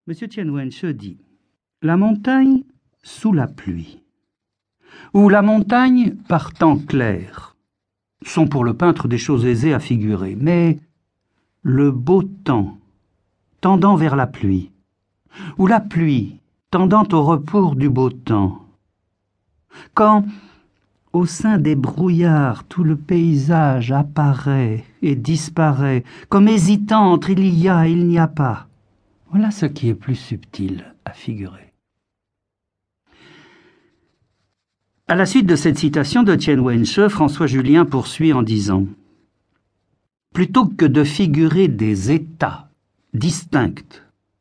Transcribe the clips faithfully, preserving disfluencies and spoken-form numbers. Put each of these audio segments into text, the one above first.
Monsieur Tien Wenche dit « La montagne sous la pluie » ou « La montagne par temps clair » sont pour le peintre des choses aisées à figurer, mais le beau temps tendant vers la pluie, ou la pluie tendant au retour du beau temps, quand, au sein des brouillards, tout le paysage apparaît et disparaît, comme hésitant entre il y a et il n'y a pas, voilà ce qui est plus subtil à figurer. À la suite de cette citation de Tien Wenche, François Julien poursuit en disant « Plutôt que de figurer des états distincts,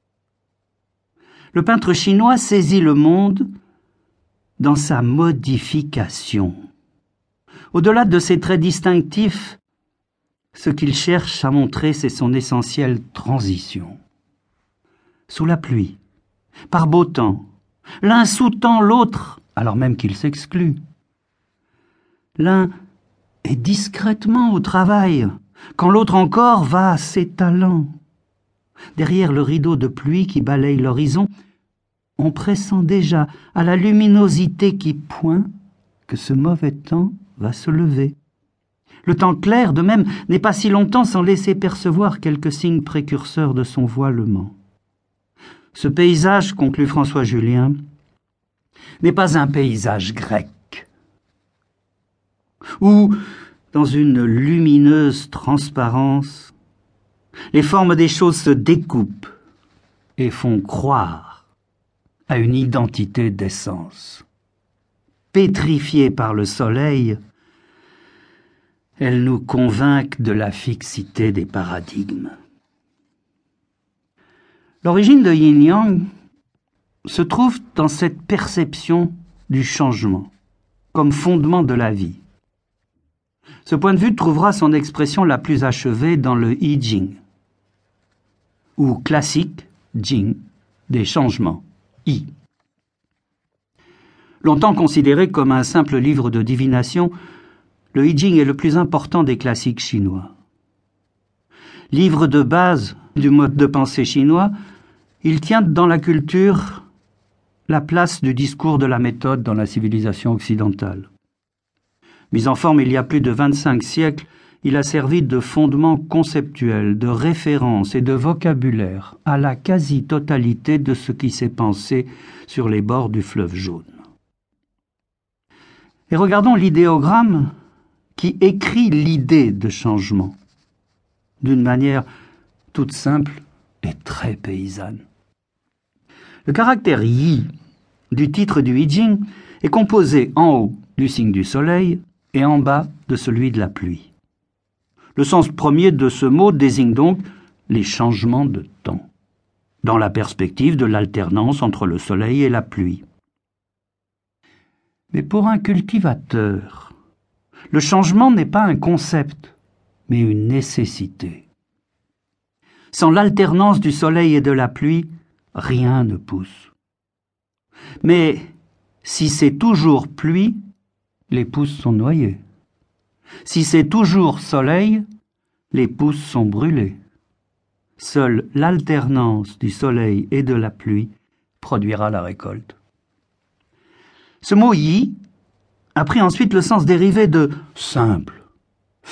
le peintre chinois saisit le monde dans sa modification. Au-delà de ses traits distinctifs, ce qu'il cherche à montrer, c'est son essentielle transition. Sous la pluie, par beau temps, l'un sous-tend l'autre, alors même qu'il s'exclut. L'un est discrètement au travail, quand l'autre encore va s'étalant. Derrière le rideau de pluie qui balaye l'horizon, on pressent déjà à la luminosité qui pointe que ce mauvais temps va se lever. Le temps clair, de même, n'est pas si longtemps sans laisser percevoir quelques signes précurseurs de son voilement. Ce paysage, conclut François Julien, n'est pas un paysage grec, où, dans une lumineuse transparence, les formes des choses se découpent et font croire à une identité d'essence. Pétrifiées par le soleil, elles nous convainquent de la fixité des paradigmes. L'origine de Yin-Yang se trouve dans cette perception du changement comme fondement de la vie. Ce point de vue trouvera son expression la plus achevée dans le I Ching, ou classique Jing, des changements, I. Longtemps considéré comme un simple livre de divination, le I Ching est le plus important des classiques chinois. Livre de base du mode de pensée chinois, il tient dans la culture la place du discours de la méthode dans la civilisation occidentale. Mis en forme il y a plus de vingt-cinq siècles, il a servi de fondement conceptuel, de référence et de vocabulaire à la quasi-totalité de ce qui s'est pensé sur les bords du fleuve jaune. Et regardons l'idéogramme qui écrit l'idée de changement, d'une manière toute simple et très paysanne. Le caractère Yi du titre du I Ching est composé en haut du signe du soleil et en bas de celui de la pluie. Le sens premier de ce mot désigne donc les changements de temps, dans la perspective de l'alternance entre le soleil et la pluie. Mais pour un cultivateur, le changement n'est pas un concept, mais une nécessité. Sans l'alternance du soleil et de la pluie, rien ne pousse. Mais si c'est toujours pluie, les pousses sont noyées. Si c'est toujours soleil, les pousses sont brûlées. Seule l'alternance du soleil et de la pluie produira la récolte. Ce mot « yi » a pris ensuite le sens dérivé de « simple »,« facile ».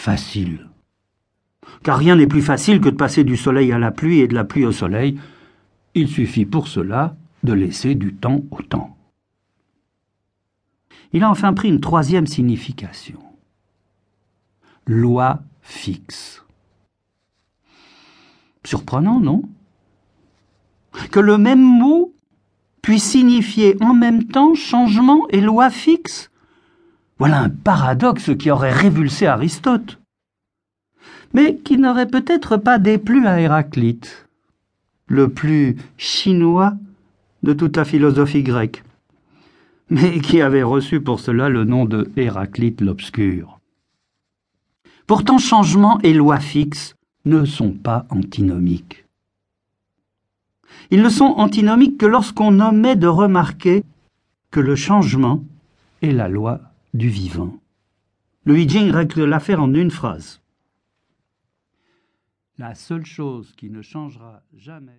Car rien n'est plus facile que de passer du soleil à la pluie et de la pluie au soleil. Il suffit pour cela de laisser du temps au temps. Il a enfin pris une troisième signification. Loi fixe. Surprenant, non? Que le même mot puisse signifier en même temps changement et loi fixe? Voilà un paradoxe qui aurait révulsé Aristote, mais qui n'aurait peut-être pas déplu à Héraclite, le plus chinois de toute la philosophie grecque, mais qui avait reçu pour cela le nom de Héraclite l'Obscur. Pourtant, changement et loi fixe ne sont pas antinomiques. Ils ne sont antinomiques que lorsqu'on omet de remarquer que le changement est la loi du vivant. Le I Ching règle l'affaire en une phrase. La seule chose qui ne changera jamais